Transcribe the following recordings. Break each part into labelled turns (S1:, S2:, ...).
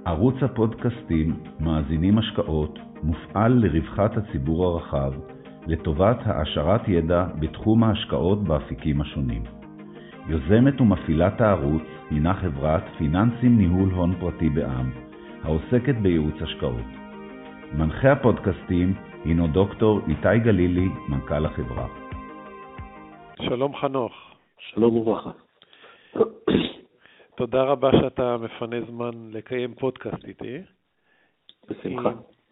S1: ערוץ הפודקאסטים מאזינים השקעות מופעל לרווחת הציבור הרחב, לטובת העשרת ידע בתחום ההשקעות באפיקים השונים. יוזמת ומפעילת הערוץ הינה חברת פיננסים ניהול הון פרטי בע"מ, העוסקת בייעוץ השקעות. מנחה הפודקאסטים הינו דוקטור איתי גלילי, מנכ"ל החברה.
S2: שלום חנוך.
S3: שלום וברכה.
S2: תודה רבה שאתה מפנה זמן לקיים פודקאסט איתי.
S3: בשמחה.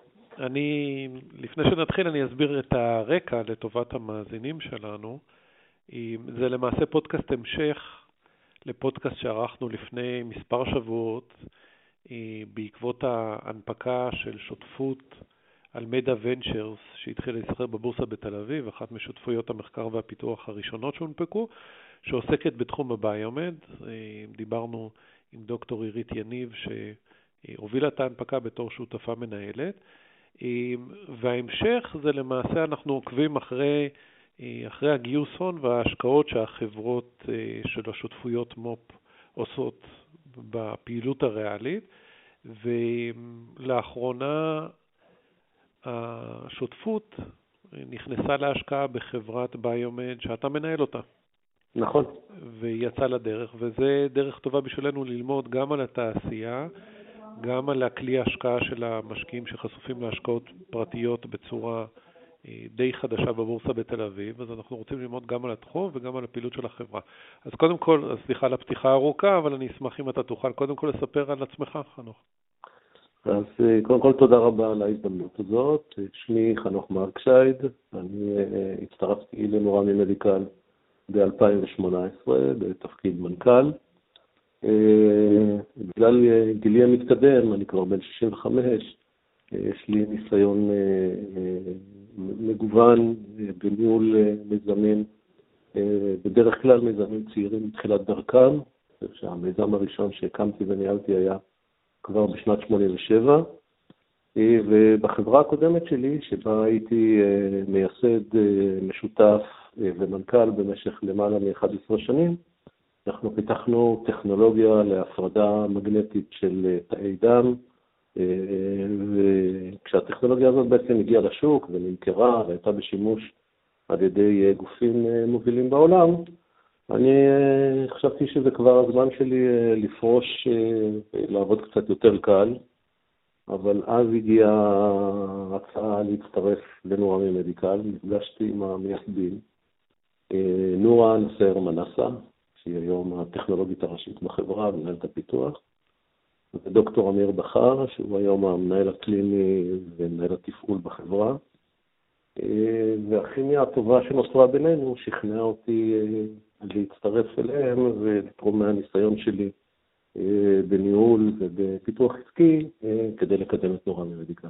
S2: לפני שנתחיל אני אסביר את הרקע לטובת המאזינים שלנו. זה למעשה פודקאסט המשך לפודקאסט שערכנו לפני מספר שבועות, בעקבות ההנפקה של שותפות אלמדה ונצ'רס שהתחילה להיסחר בבורסה בתל אביב, אחת משותפויות המחקר והפיתוח הראשונות שהונפקו, שעוסקת בתחום הביומד. דיברנו עם דוקטור עירית יניב שהובילה את ההנפקה בתור שותפה מנהלת, וההמשך זה למעשה אנחנו עוקבים אחרי הגיוס הון וההשקעות שהחברות של השותפויות מופ עושות בפעילות הריאלית, ולאחרונה השותפות נכנסה להשקעה בחברת ביומד שאתה מנהל אותה.
S3: נכון.
S2: ויצא לדרך, וזה דרך טובה בשבילנו ללמוד גם על התעשייה, גם על הכלי ההשקעה של המשקיעים שחשופים להשקעות פרטיות בצורה די חדשה בבורסה בתל אביב. אז אנחנו רוצים ללמוד גם על התחום וגם על הפעילות של החברה. אז קודם כל, סליחה על הפתיחה הארוכה, אבל אני אשמח אם אתה תוכל קודם כל לספר על עצמך, חנוך.
S3: אז קודם כל תודה רבה על ההזדמנות הזאת. שמי חנוך מרקשייד, אני הצטרפתי לנורמי מדיקל ב-2018 בתפקיד מנכ"ל. בגלל גילי המתקדם, אני כבר בן 65, יש לי ניסיון מגוון בניהול מיזמים, בדרך כלל מיזמים צעירים מתחילת דרכם, שהמיזם הראשון שהקמתי וניהלתי היה כבר בשנת 87, ובחברה הקודמת שלי, שבה הייתי מייסד משותף ומנכ"ל במשך למעלה מ-11 שנים, אנחנו פיתחנו טכנולוגיה להפרדה מגנטית של תאי דם, וכשהטכנולוגיה הזאת בעצם הגיעה לשוק ונמכרה והייתה בשימוש על ידי גופים מובילים בעולם, אני חשבתי שזה כבר הזמן שלי לפרוש, לעבוד קצת יותר קל, אבל אז הגיעה הצעה להצטרף לנורמי מדיקל. נפגשתי עם המייסדים, נורה נסר מנסה, שהיא היום הטכנולוגית הראשית בחברה, מנהלת הפיתוח, ודוקטור אמיר בחר, שהוא היום המנהל הקליני ומנהל התפעול בחברה. והכימיה הטובה שנוצרה בינינו שכנעה אותי להצטרף אליהם ולתרום מהניסיון שלי בניהול ובפיתוח עסקי כדי לקדם את נורמי מדיקל.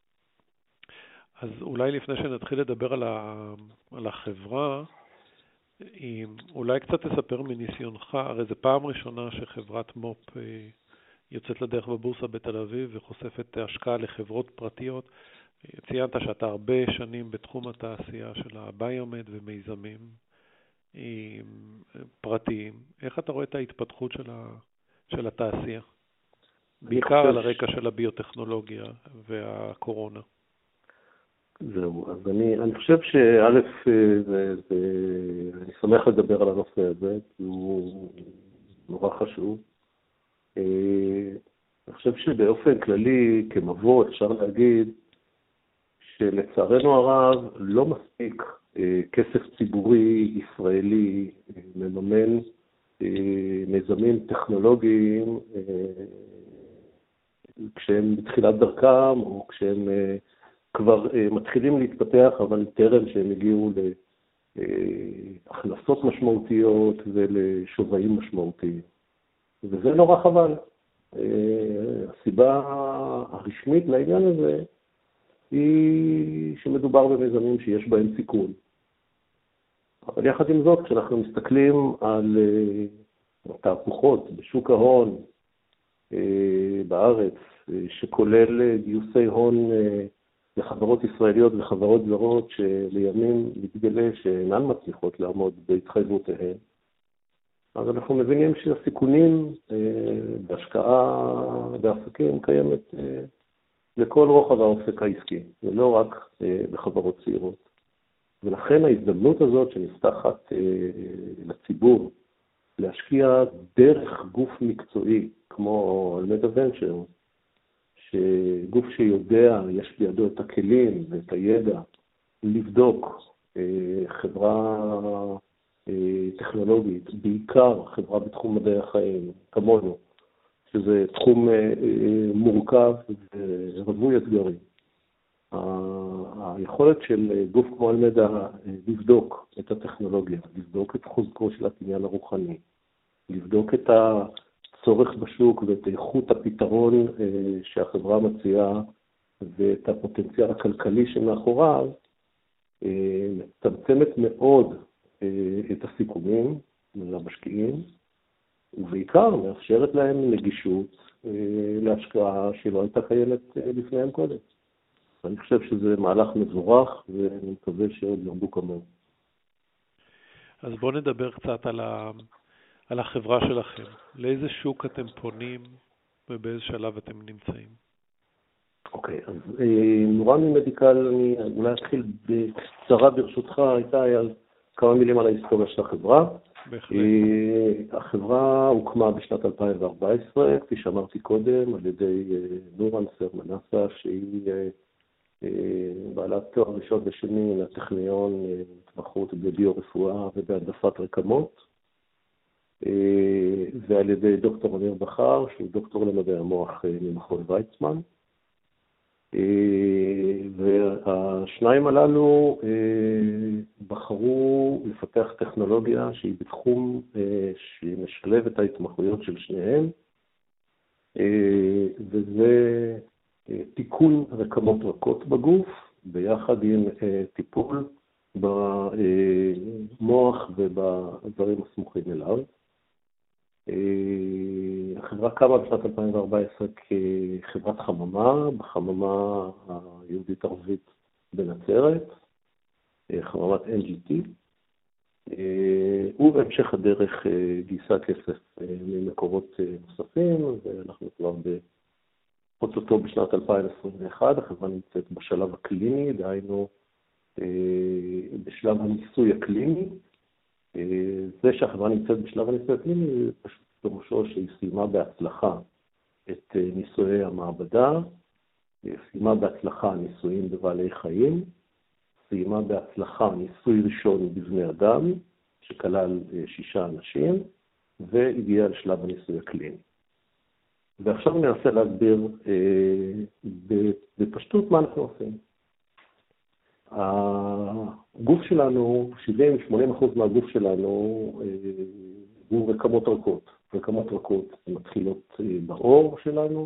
S2: אז אולי לפני שנתחיל לדבר על החברה, אולי קצת תספר מניסיונך. הרי זו פעם ראשונה שחברת מופ יוצאת לדרך בבורסה בתל אביב וחושפת השקעה לחברות פרטיות. ציינת שאתה הרבה שנים בתחום התעשייה של הביומד ומיזמים פרטיים. איך אתה רואה את ההתפתחות של התעשייה? בעיקר על הרקע של הביוטכנולוגיה והקורונה.
S3: זהו, אז אני חושב שא', אני שמח לדבר על הנושא הזה, הוא נורא חשוב. אני חושב שבאופן כללי, כמבוא, אפשר להגיד שלצערנו הרב לא מספיק כסף ציבורי ישראלי מממן מיזמים טכנולוגיים כשהם בתחילת דרכם או כשהם כבר מתחילים להתפתח, אבל טרם שהם הגיעו להכנסות משמעותיות ולשווים משמעותיים. וזה נורא חבל. הסיבה הרשמית לעניין הזה היא שמדובר במיזמים שיש בהם סיכון. אבל יחד עם זאת, כשאנחנו מסתכלים על תהפוכות בשוק ההון בארץ, שכולל גיוסי הון לחברות ישראליות וחברות זרות שלימים מתגלה שאינן מצליחות לעמוד בהתחייבותיהן, אז אנחנו מבינים שהסיכונים בהשקעה בעסקים קיימת לכל רוחב האופק העסקי, ולא רק בחברות צעירות. ולכן ההזדמנות הזאת שנפתחת לציבור להשקיע דרך גוף מקצועי כמו אלמדה ונצ'ר, שגוף שיודע, יש בידו את הכלים ואת הידע לבדוק חברה טכנולוגית, בעיקר חברה בתחום מדעי החיים, כמונו, שזה תחום מורכב ורווי אתגרים. היכולת של גוף כמו אלמדה לבדוק את הטכנולוגיה, לבדוק את חוזקו של הקניין הרוחני, לבדוק את הצורך בשוק ואת איכות הפתרון שהחברה מציעה ואת הפוטנציאל הכלכלי שמאחוריו, מצמצמת מאוד את הסיכונים למשקיעים, ובעיקר מאפשרת להם נגישות להשקעה שלא הייתה קיימת לפניהם קודם. אני חושב שזה מהלך מבורך, ואני מקווה שעוד ירבו כמוהו.
S2: אז בואו נדבר קצת על החברה שלכם. לאיזה שוק אתם פונים ובאיזה שלב אתם נמצאים?
S3: אוקיי, אז נורמי מדיקל, אני אולי אתחיל בקצרה ברשותך, הייתה על כמה מילים על ההיסטוריה של החברה.
S2: בהחלט.
S3: החברה הוקמה בשנת 2014, כפי שאמרתי קודם, על ידי נורן סרמנסה, שהיא בעלת תואר ראשון ושני לטכניון, התמחות בביו-רפואה ובהעדפת רקמות, ועל ידי דוקטור אמיר בכר, שהוא דוקטור למדעי המוח ממכון ויצמן. והשניים הללו בחרו לפתח טכנולוגיה שהיא בתחום שמשלב את ההתמחויות של שניהם, וזה תיקון רקמות רכות בגוף, ביחד עם טיפול במוח ובדברים הסמוכים אליו. החברה קמה בשנת 2014 כחברת חממה, בחממה היהודית-ערבית בנצרת, חממת NGT, ובהמשך הדרך גייסה כסף ממקורות נוספים, ואנחנו כבר אוטוטו בשנת 2021, החברה נמצאת בשלב הקליני, דהיינו בשלב הניסוי הקליני. זה שהחברה נמצאת בשלב הניסוי הקליני, זה פשוט פירושו שהיא סיימה בהצלחה את ניסויי המעבדה, סיימה בהצלחה ניסויים בבעלי חיים, סיימה בהצלחה ניסוי ראשון בבני אדם, שכלל 6 אנשים, והגיעה לשלב הניסוי הקליני. ועכשיו אני אנסה להסביר בפשטות מה אנחנו עושים. הגוף שלנו, 70-80% מהגוף שלנו הוא רקמות רכות. רקמות רכות מתחילות בעור שלנו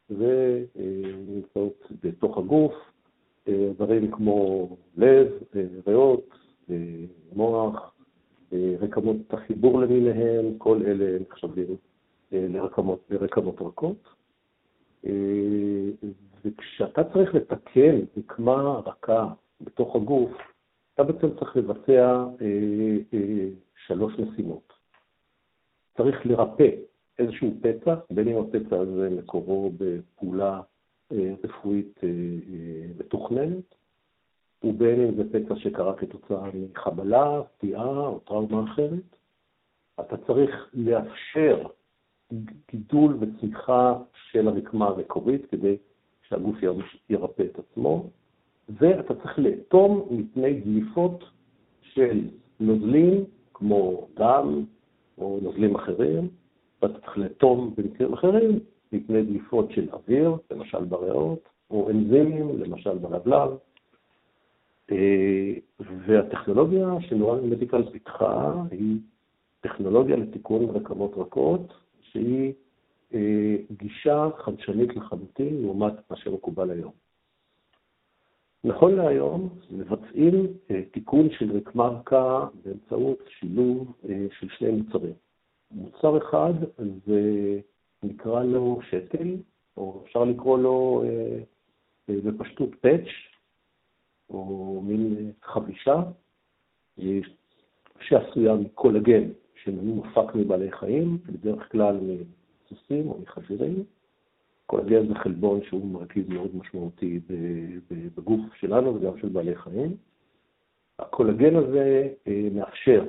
S3: ונמצאות בתוך הגוף, דברים כמו לב, ריאות, מוח, רקמות החיבור למיניהם, כל אלה נחשבים לרקמות רכות. וכשאתה צריך לתקן רקמה רכה בתוך הגוף, אתה בעצם צריך לבצע 3 משימות. צריך לרפא איזשהו פצע, בין אם הפצע הזה מקורו בפעולה רפואית מתוכננת, ובין אם זה פצע שקרה כתוצאה מחבלה, פגיעה או טראומה אחרת. אתה צריך לאפשר גידול וצמיחה של הרקמה המקורית כדי שהגוף ירפא את עצמו, ואתה צריך לאטום מפני דליפות של נוזלים כמו דם או נוזלים אחרים, ואתה צריך לאטום במקרים אחרים מפני דליפות של אוויר, למשל בריאות, או אנזימים, למשל בלבלב. והטכנולוגיה שנורמי מדיקל פיתחה היא טכנולוגיה לתיקון רקמות רכות, שהיא גישה חדשנית לחלוטין לעומת מה שמקובל היום. נכון להיום מבצעים תיקון של רקמה רכה באמצעות שילוב של 2 מוצרים. מוצר אחד זה נקרא לו שתל, או אפשר לקרוא לו בפשטות פאץ', או מין חבישה שעשויה מקולגן שמופק מבעלי חיים, בדרך כלל מסוסים או מחזירים. קולגן זה חלבון שהוא מרכיב מאוד משמעותי בגוף שלנו וגם של בעלי חיים. הקולגן הזה מאפשר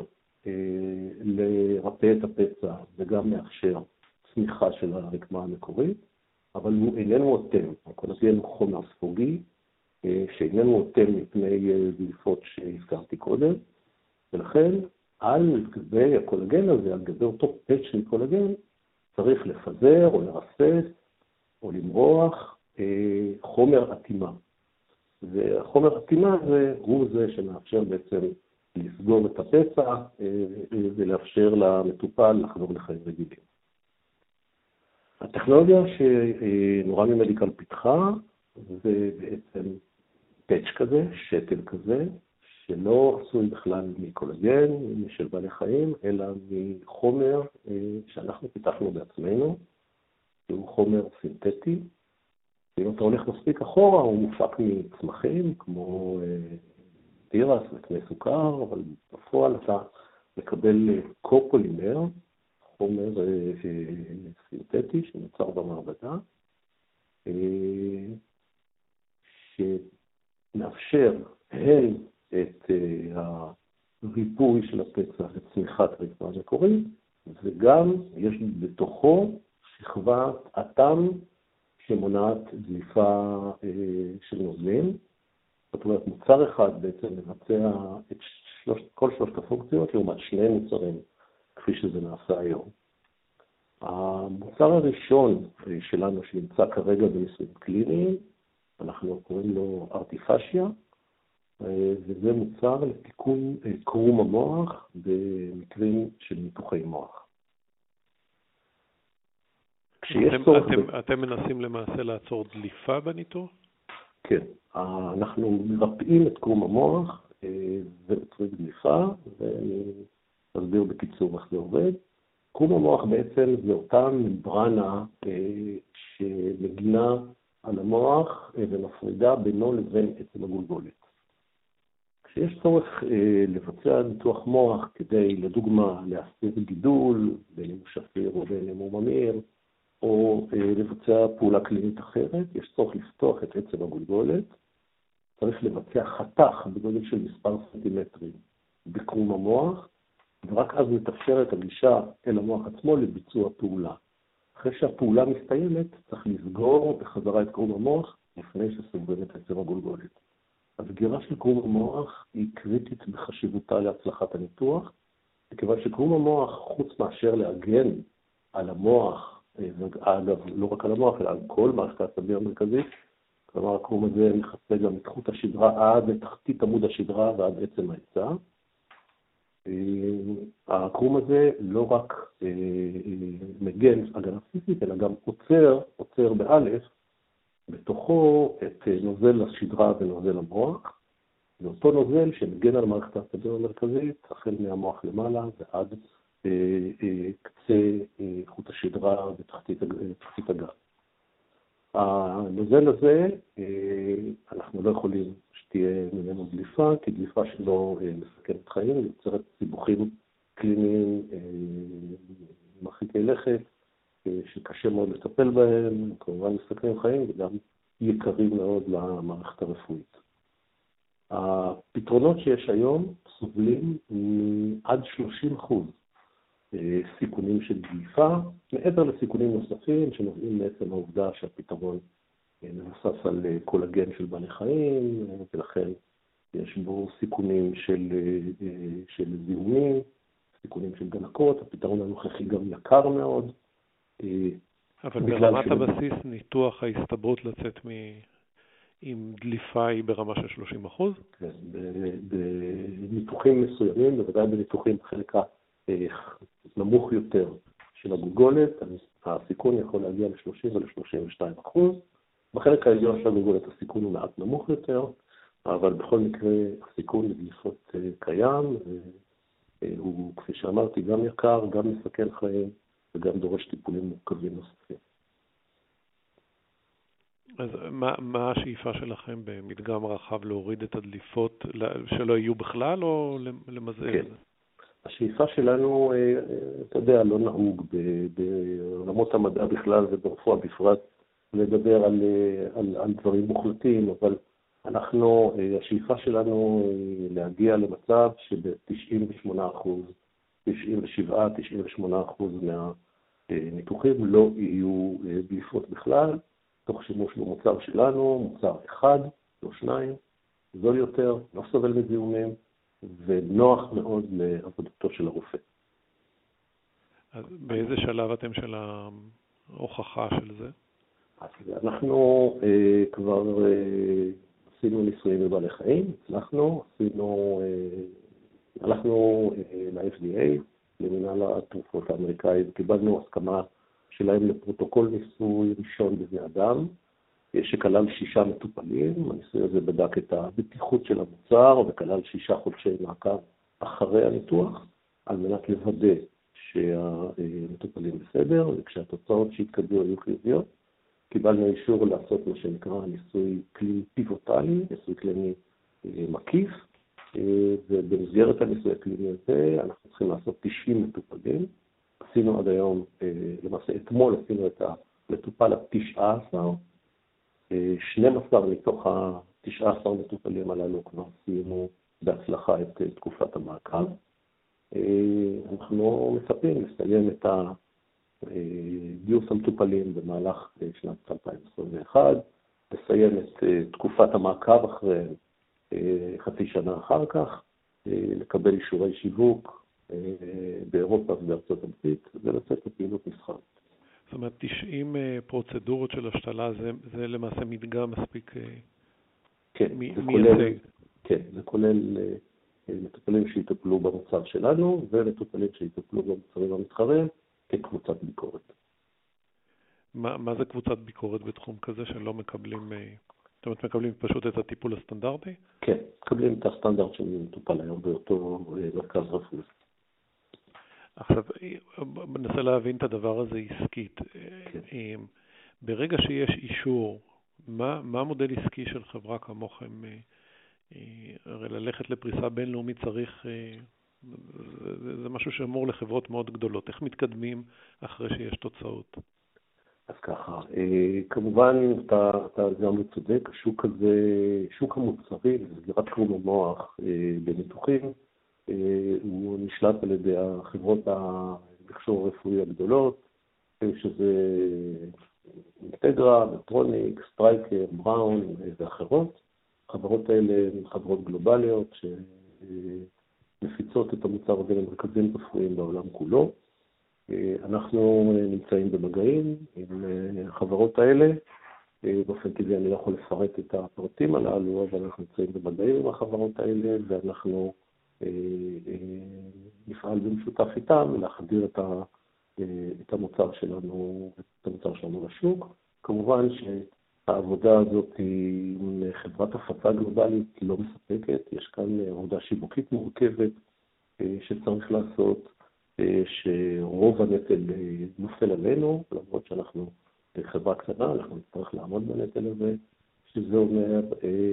S3: לרפא את הפצע וגם מאפשר צמיחה של הרקמה המקורית, אבל הוא איננו אוטם. הקולגן הוא חומר ספוגי שאיננו אוטם מפני דליפות שהזכרתי קודם, ולכן על גבי הקולגן הזה, על גבי אותו פאץ' של קולגן, צריך לפזר או לרסס או למרוח חומר עטימה. והחומר עטימה הזה הוא זה שמאפשר בעצם לסגור את הפצע ולאפשר למטופל לחזור לחיים רגילים. הטכנולוגיה שנורמי מדיקל פיתחה זה בעצם פאץ' כזה, שתל כזה, שלא עשוי בכלל מקולגן, משל בעלי חיים, אלא מחומר שאנחנו פיתחנו בעצמנו, שהוא חומר סינתטי. אם אתה הולך מספיק אחורה, הוא מופק מצמחים, כמו תירס וקנה סוכר, אבל בפועל אתה מקבל קופולימר, חומר סינתטי שנוצר במעבדה, שמאפשר הן את הריפוי של הפצע וצמיחת הרקמה המקורית, וגם יש בתוכו שכבת אטם שמונעת דליפה של נוזלים. זאת אומרת, מוצר אחד בעצם מבצע את כל שלושת הפונקציות לעומת שני מוצרים, כפי שזה נעשה היום. המוצר הראשון שלנו שנמצא כרגע בניסויים קליניים, אנחנו קוראים לו ארטיפשיה, וזה מוצר לתיקון קרום המוח במקרים של ניתוחי מוח.
S2: אתם מנסים למעשה לעצור דליפה בניתוח?
S3: כן, אנחנו מרפאים את קרום המוח ויוצרים דליפה, ואני אסביר בקיצור איך זה עובד. קרום המוח בעצם זה אותה ממברנה שמגינה על המוח ומפרידה בינו לבין עצם הגולגולת. כשיש צורך לבצע ניתוח מוח כדי, לדוגמה, להסיר גידול, בין אם הוא שפיר או בין אם הוא ממיר, או לבצע פעולה קלינית אחרת, יש צורך לפתוח את עצם הגולגולת, צריך לבצע חתך בגודל של מספר סנטימטרים בקרום המוח, ורק אז מתאפשרת הגישה אל המוח עצמו לביצוע פעולה. אחרי שהפעולה מסתיימת, צריך לסגור בחזרה את קרום המוח לפני שסוגרים את עצם הגולגולת. הסגירה של קרום המוח היא קריטית בחשיבותה להצלחת הניתוח, מכיוון שקרום המוח, חוץ מאשר להגן על המוח, ואגב, לא רק על המוח, אלא על כל מערכת העצבים המרכזית, כלומר, הקרום הזה מכסה גם את חוט השדרה עד לתחתית עמוד השדרה ועד עצם העצה. הקרום הזה לא רק מגן הגנה פיזית, אלא גם עוצר באלף, בתוכו את נוזל השדרה ונוזל המוח, ואותו נוזל שמגן על מערכת העצבים המרכזית, החל מהמוח למעלה ועד קצה חוט השדרה ותחתית הגב. הנוזל הזה, אנחנו לא יכולים שתהיה ממנו דליפה, כי דליפה שלו מסכנת חיים, יוצרת סיבוכים קליניים מרחיקי לכת, שקשה מאוד לטפל בהם, כמובן מסכנים חיים וגם יקרים מאוד למערכת הרפואית. הפתרונות שיש היום סובלים עד 30% סיכונים של דליפה, מעבר לסיכונים נוספים שנובעים בעצם העובדה שהפתרון מבוסס על קולגן של בעלי חיים, ולכן יש בו סיכונים של זיהומים, סיכונים של דלקות. הפתרון הנוכחי גם יקר מאוד.
S2: אבל ברמת הבסיס ניתוח ההסתברות לצאת עם דליפה היא ברמה של 30%?
S3: כן, בניתוחים מסוימים, בוודאי בניתוחים חלק נמוך יותר של הגולגולת, הסיכון יכול להגיע ל-30 ול-32%. בחלק העליון של הגולגולת הסיכון הוא מעט נמוך יותר, אבל בכל מקרה הסיכון לדליפות קיים, והוא, כפי שאמרתי, גם יקר, גם מסכן חיים, וגם דורש טיפולים מורכבים נוספים.
S2: אז מה השאיפה שלכם במדגם רחב להוריד את הדליפות, שלא יהיו בכלל או למזער?
S3: כן. השאיפה שלנו, אתה יודע, לא נהוג בעולמות המדע בכלל וברפואה בפרט לדבר על דברים מוחלטים, אבל השאיפה שלנו היא להגיע למצב שב-98%, 97-98% מהניתוחים לא יהיו דליפות בכלל, תוך שימוש במוצר שלנו, מוצר אחד, לא שניים, זול יותר, לא סובל מזיהומים, ונוח מאוד לעבודתו של הרופא.
S2: אז באיזה שלב אתם של ההוכחה של זה?
S3: אז אנחנו כבר עשינו ניסויים בבעלי חיים, הלכנו ל-FDA, למינהל התרופות האמריקאי, וקיבלנו הסכמה שלהם לפרוטוקול ניסוי ראשון בבני אדם, שכלל 6 מטופלים. הניסוי הזה בדק את הבטיחות של המוצר, וכלל 6 חודשי מעקב אחרי הניתוח, על מנת לוודא שהמטופלים בסדר, וכשהתוצאות שהתקבלו היו חיוביות, קיבלנו אישור לעשות מה שנקרא ניסוי קליני פיבוטלי, ניסוי קליני מקיף, ובמסגרת הניסוי הקליני הזה אנחנו צריכים לעשות 90 מטופלים. עשינו עד היום, למעשה אתמול עשינו את המטופל ה-19, 12 מתוך ה-19 מטופלים הללו כבר סיימו בהצלחה את תקופת המעקב. אנחנו מצפים לסיים את גיוס המטופלים במהלך שנת 2021, לסיים את תקופת המעקב אחרי חצי שנה אחר כך, לקבל אישורי שיווק באירופה ובארצות הברית, ולצאת לפעילות מסחרית.
S2: זאת אומרת, 90 פרוצדורות של השתלה, זה למעשה מדגם מספיק מייצג.
S3: כן, זה כולל מטופלים שיטפלו במוצר שלנו, ומטופלים שיטפלו במוצרים המתחרים כקבוצת ביקורת.
S2: מה זה קבוצת ביקורת בתחום כזה שלא מקבלים, זאת אומרת, מקבלים פשוט את הטיפול הסטנדרטי?
S3: כן, מקבלים את הסטנדרט שמטופל היום באותו מרכז רפואי.
S2: עכשיו, ננסה להבין את הדבר הזה עסקית. כן. ברגע שיש אישור, מה המודל עסקי של חברה כמוכם? הרי ללכת לפריסה בינלאומית צריך, זה משהו שאמור לחברות מאוד גדולות. איך מתקדמים אחרי שיש תוצאות?
S3: אז ככה, כמובן אתה גם צודק, השוק הזה, שוק המוצרים, סגירת קרום המוח בניתוחים, הוא נשלט על ידי החברות המכשור הרפואי הגדולות, שזה אינטגרה, מטרוניק, סטרייקר, בראון ואחרות. החברות האלה הן חברות גלובליות שמפיצות את המוצר הזה למרכזים רפואיים בעולם כולו. אנחנו נמצאים במגעים עם החברות האלה. באופן טבעי אני לא יכול לפרט את הפרטים הללו, אבל אנחנו נמצאים במגעים עם החברות האלה, ואנחנו נפעל במשותף איתם להחדיר את המוצר שלנו לשוק. כמובן שהעבודה הזאת היא עם חברת הפצה גלובלית לא מספקת, יש כאן עבודה שיווקית מורכבת שצריך לעשות, שרוב הנטל נופל עלינו, למרות שאנחנו חברה קטנה, אנחנו נצטרך לעמוד בנטל הזה, שזה אומר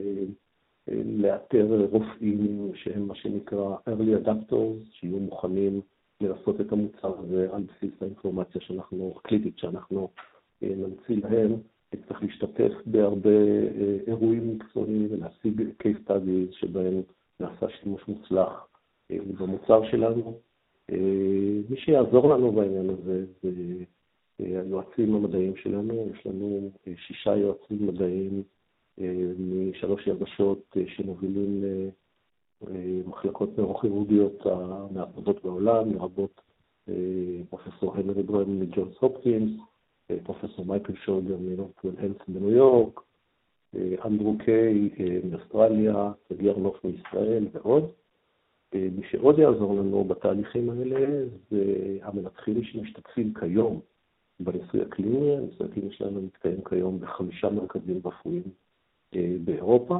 S3: לאתר רופאים שהם מה שנקרא early adapters, שיהיו מוכנים לנסות את המוצר הזה על בסיס האינפורמציה הקליטית שאנחנו נמציא להם. צריך להשתתף בהרבה אירועים מקצועיים ולהשיג case studies שבהם נעשה שימוש מוצלח במוצר שלנו. מי שיעזור לנו בעניין הזה זה היועצים המדעיים שלנו. יש לנו 6 יועצים מדעיים מ3 יבשות שמובילים מחלקות נוירוכירורגיות מהטובות בעולם, לרבות פרופסור הנרי ברם מג'ונס הופקינס, פרופסור מייקל שולדר מנורת'ווד הלת' בניו יורק, אנדרו קיי מאוסטרליה, סגיר נוף מישראל ועוד. מי שעוד יעזור לנו בתהליכים האלה זה המנתחים שמשתתפים כיום בניסוי הקליני. הניסוי הקליני שלנו מתקיים כיום ב5 מרכזים רפואיים באירופה,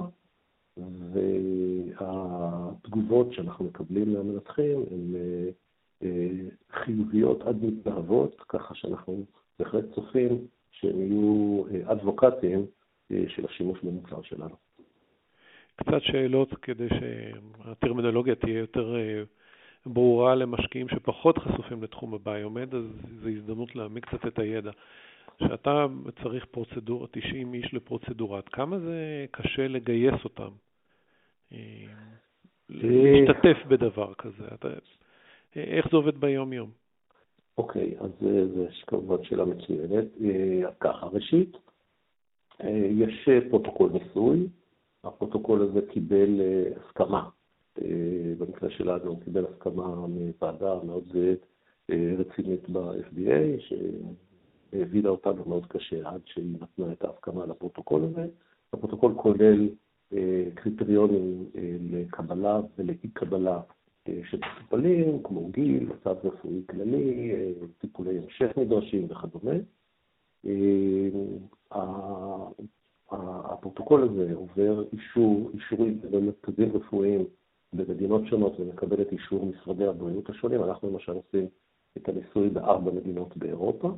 S3: והתגובות שאנחנו מקבלים מהמנתחים הן חיוביות עד מתלהבות, ככה שאנחנו בהחלט צופים שהם יהיו אדבוקטים של השימוש במוצר שלנו.
S2: קצת שאלות כדי שהטרמינולוגיה תהיה יותר ברורה למשקיעים שפחות חשופים לתחום הביומד, אז זו הזדמנות להעמיק קצת את הידע. שאתה צריך פרוצדורה, 90 איש לפרוצדורה, כמה זה קשה לגייס אותם? להשתתף בדבר כזה. איך זה עובד ביום יום?
S3: אוקיי, אז זו כמובן שאלה מצוינת. אז ככה, ראשית, יש פרוטוקול ניסוי. הפרוטוקול הזה קיבל הסכמה. במקרה שלנו הוא קיבל הסכמה מוועדה מאוד רצינית ב-FDA, שהבינה אותנו מאוד קשה עד שהיא נתנה את ההסכמה לפרוטוקול הזה. הפרוטוקול כולל קריטריונים לקבלה ולאי קבלה של מטופלים, כמו גיל, מצב רפואי כללי, טיפולי המשך נדרשים וכדומה. הפרוטוקול הזה עובר אישורים במרכזים רפואיים במדינות שונות ומקבל את אישור משרדי הבריאות השונים. אנחנו למשל עושים את הניסוי ב4 מדינות באירופה.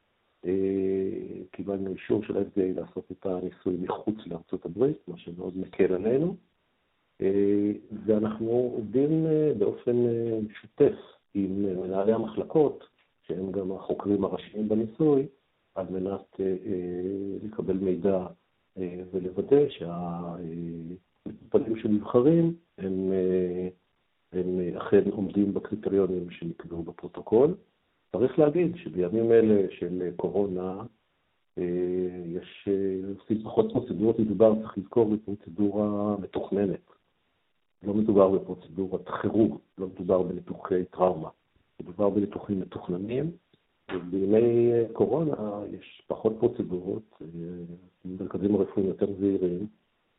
S3: קיבלנו אישור של ה-FDA לעשות את הניסוי מחוץ לארצות הברית, מה שמאוד מקל עלינו. ואנחנו עובדים באופן משותף עם מנהלי המחלקות, שהם גם החוקרים הראשיים בניסוי, על מנת לקבל מידע ולוודא שהמטופלים שנבחרים הם אכן עומדים בקריטריונים שנקבעו בפרוטוקול. צריך להגיד שבימים אלה של קורונה יש פחות פרוצדורות, צריך לזכור בפרוצדורה מתוכננת. לא מדובר בפרוצדורת חירום, לא מדובר בניתוחי טראומה, מדובר בניתוחים מתוכננים, ובימי קורונה יש פחות פרוצדורות, מרכזים הרפואיים יותר זהירים,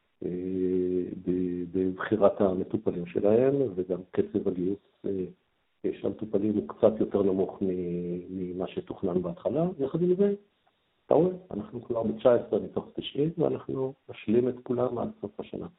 S3: בבחירת המטופלים שלהם, וגם קצב הגיוס של המטופלים הוא קצת יותר נמוך ממה שתוכנן בהתחלה. יחד עם זה, אתה רואה, אנחנו כבר ב-19 מתוך 90, ואנחנו משלים את כולם עד סוף השנה.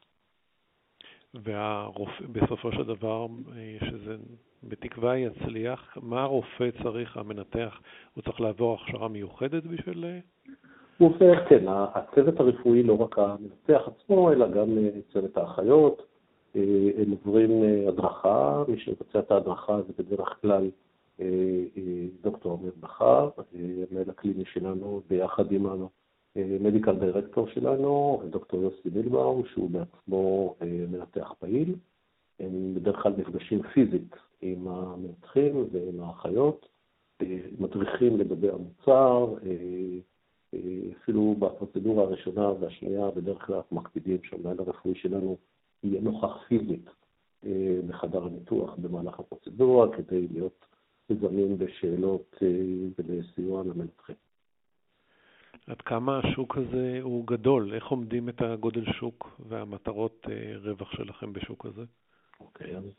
S2: ובסופו של דבר, שזה בתקווה יצליח, מה הרופא צריך, המנתח, הוא צריך לעבור הכשרה מיוחדת בשביל...
S3: הוא הופך, כן, הצוות הרפואי, לא רק המנתח עצמו, אלא גם צוות האחיות, הם עוברים הדרכה. מי שמבצע את ההדרכה זה בדרך כלל דוקטור עמיר בכר, המנהל הקליני שלנו, ביחד עם המדיקל דירקטור שלנו, דוקטור יוסי מילבאום, שהוא בעצמו מנתח פעיל. הם בדרך כלל נפגשים פיזית עם המנתחים ועם האחיות, מדריכים לגבי המוצר, אפילו בפרוצדורה הראשונה והשנייה, בדרך כלל מקפידים שהמנהל הרפואי שלנו יהיה נוכח פיזית בחדר הניתוח במהלך הפרוצדורה, כדי להיות זמין בשאלות ולסיוע למנתחים.
S2: עד כמה השוק הזה הוא גדול? איך עומדים את הגודל שוק והמטרות רווח שלכם בשוק הזה?
S3: אוקיי, אז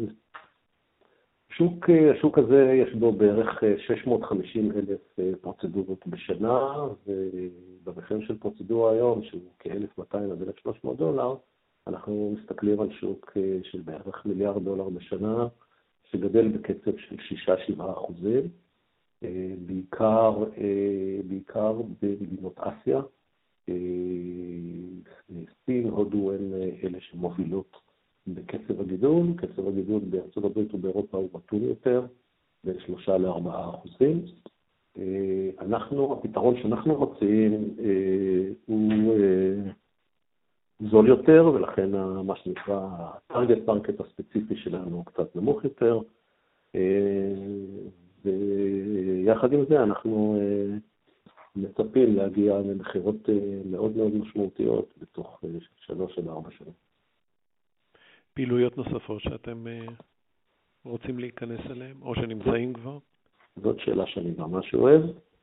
S3: השוק הזה יש בו בערך 650,000 פרוצדורות בשנה, ובמחיר של פרוצדורה היום, שהוא כ-1,200 עד $1,300, אנחנו מסתכלים על שוק של בערך $1 מיליארד בשנה, שגדל בקצב של 6-7%, בעיקר במדינות אסיה. סין, הודו הן אלה שמובילות בקצב הגידול. קצב הגידול בארצות הברית ובאירופה הוא מתון יותר, בין 3-4%. הפתרון שאנחנו מציעים הוא זול יותר, ולכן מה שנקרא הטרגט מרקט הספציפי שלנו הוא קצת נמוך יותר. ויחד עם זה אנחנו מצפים להגיע למחירות מאוד מאוד משמעותיות בתוך 3 עד 4 שנים.
S2: פעילויות נוספות שאתם רוצים להיכנס אליהם, או שנמצאים כבר?
S3: זאת שאלה שאני ממש אוהב.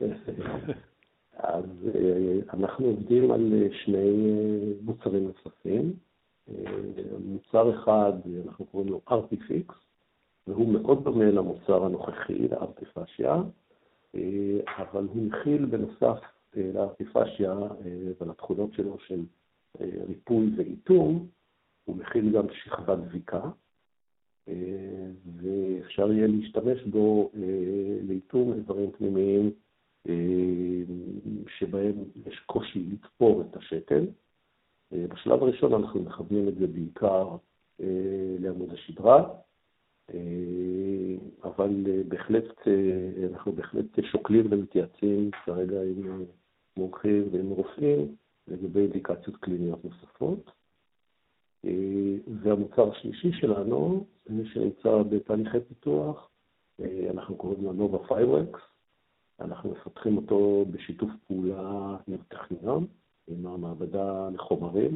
S3: אז אנחנו עובדים על 2 מוצרים נוספים. מוצר אחד, אנחנו קוראים לו ארטיפיקס, והוא מאוד דומה למוצר הנוכחי, לארטיפשיה, אבל הוא מכיל בנוסף לארטיפשיה ולתכונות שלו של ריפוי ואיתום, הוא מכיל גם שכבת דביקה, ואפשר יהיה להשתמש בו לאיתום איברים פנימיים שבהם יש קושי לתפור את השתן. בשלב הראשון אנחנו מכוונים את זה בעיקר לעמוד השדרה, אבל אנחנו בהחלט שוקלים ומתייעצים כרגע עם מומחים ועם רופאים לגבי אינדיקציות קליניות נוספות. והמוצר השלישי שלנו, שנמצא בתהליכי פיתוח, אנחנו קוראים לו נובה פייברקס. אנחנו מפתחים אותו בשיתוף פעולה עם טכניון, עם המעבדה לחומרים,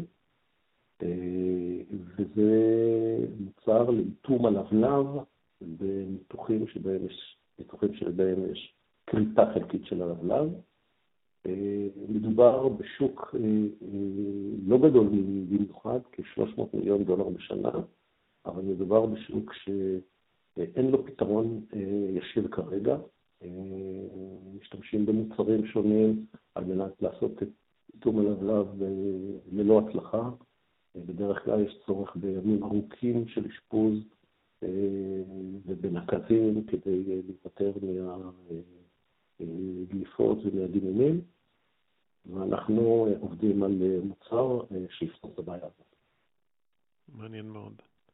S3: וזה מוצר לאיתום הלבלב בניתוחים שבהם יש קריטה חלקית של הלבלב. מדובר בשוק לא גדול במיוחד, כ$300 מיליון בשנה, אבל מדובר בשוק שאין לו פתרון ישיר כרגע. משתמשים במוצרים שונים על מנת לעשות את איתום הלבלב ללא הצלחה. בדרך כלל יש צורך בימים ארוכים של אשפוז ובנקזים כדי להיפטר מהגליפות ומהדימומים, ואנחנו עובדים על מוצר שיפתור את הבעיה הזאת.
S2: מעניין מאוד.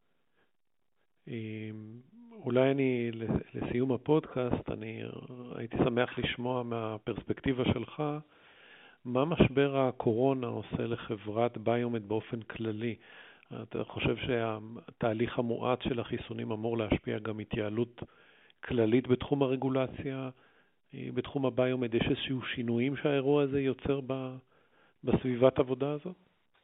S2: אולי לסיום הפודקאסט, אני הייתי שמח לשמוע מהפרספקטיבה שלך, מה משבר הקורונה עושה לחברת ביומד באופן כללי? אתה חושב שהתהליך המואץ של החיסונים אמור להשפיע גם התייעלות כללית בתחום הרגולציה? בתחום הביומד יש איזשהו שינויים שהאירוע הזה יוצר בסביבת עבודה הזאת?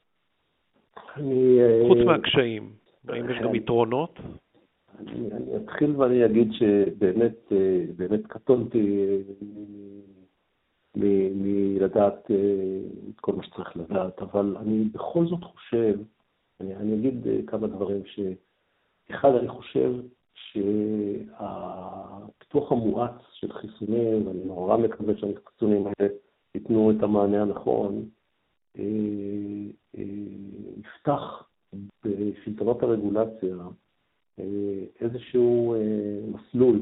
S2: חוץ מהקשיים, האם יש גם יתרונות?
S3: אני אתחיל ואני אגיד שבאמת קטונתי מלדעת את כל מה שצריך לדעת, אבל אני בכל זאת חושב, אני אגיד כמה דברים אחד, אני חושב שהפיתוח המואץ של חיסונים, ואני נורא מקווה שהחיסונים האלה ייתנו את המענה הנכון, יפתח בשלטונות הרגולציה איזשהו מסלול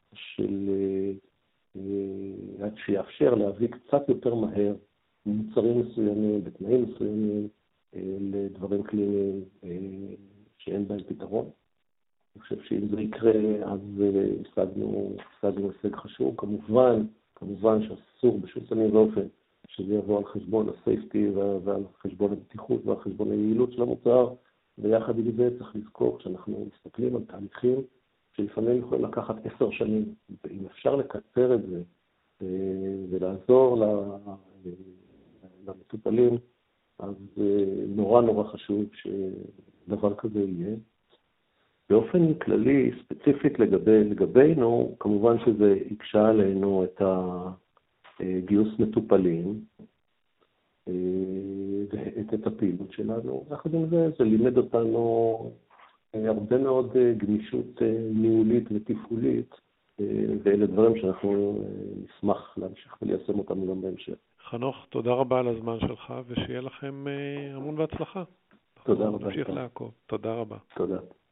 S3: שיאפשר להביא קצת יותר מהר מוצרים מסוימים, בתנאים מסוימים, לדברים קליניים שאין בהם פתרון. אני חושב שאם זה יקרה, אז השגנו הישג חשוב. כמובן שאסור בשום פנים ואופן שזה יבוא על חשבון הסייפטי ועל חשבון הבטיחות ועל חשבון היעילות של המוצר, ויחד עם זה צריך לזכור שאנחנו מסתכלים על תהליכים שלפעמים יכולים לקחת 10 שנים, ואם אפשר לקצר את זה ולעזור למטופלים, אז נורא חשוב שדבר כזה יהיה. באופן כללי, ספציפית לגבינו, כמובן שזה יקשה עלינו את הגיוס מטופלים ואת הפעילות שלנו. יחד עם זה, זה לימד אותנו הרבה מאוד גמישות ניהולית ותפעולית, ואלה דברים שאנחנו נשמח להמשיך וליישם אותם גם בהמשך.
S2: חנוך, תודה רבה על הזמן שלך, ושיהיה לכם המון בהצלחה.
S3: תודה רבה.
S2: נמשיך לעקוב. תודה רבה.
S3: תודה.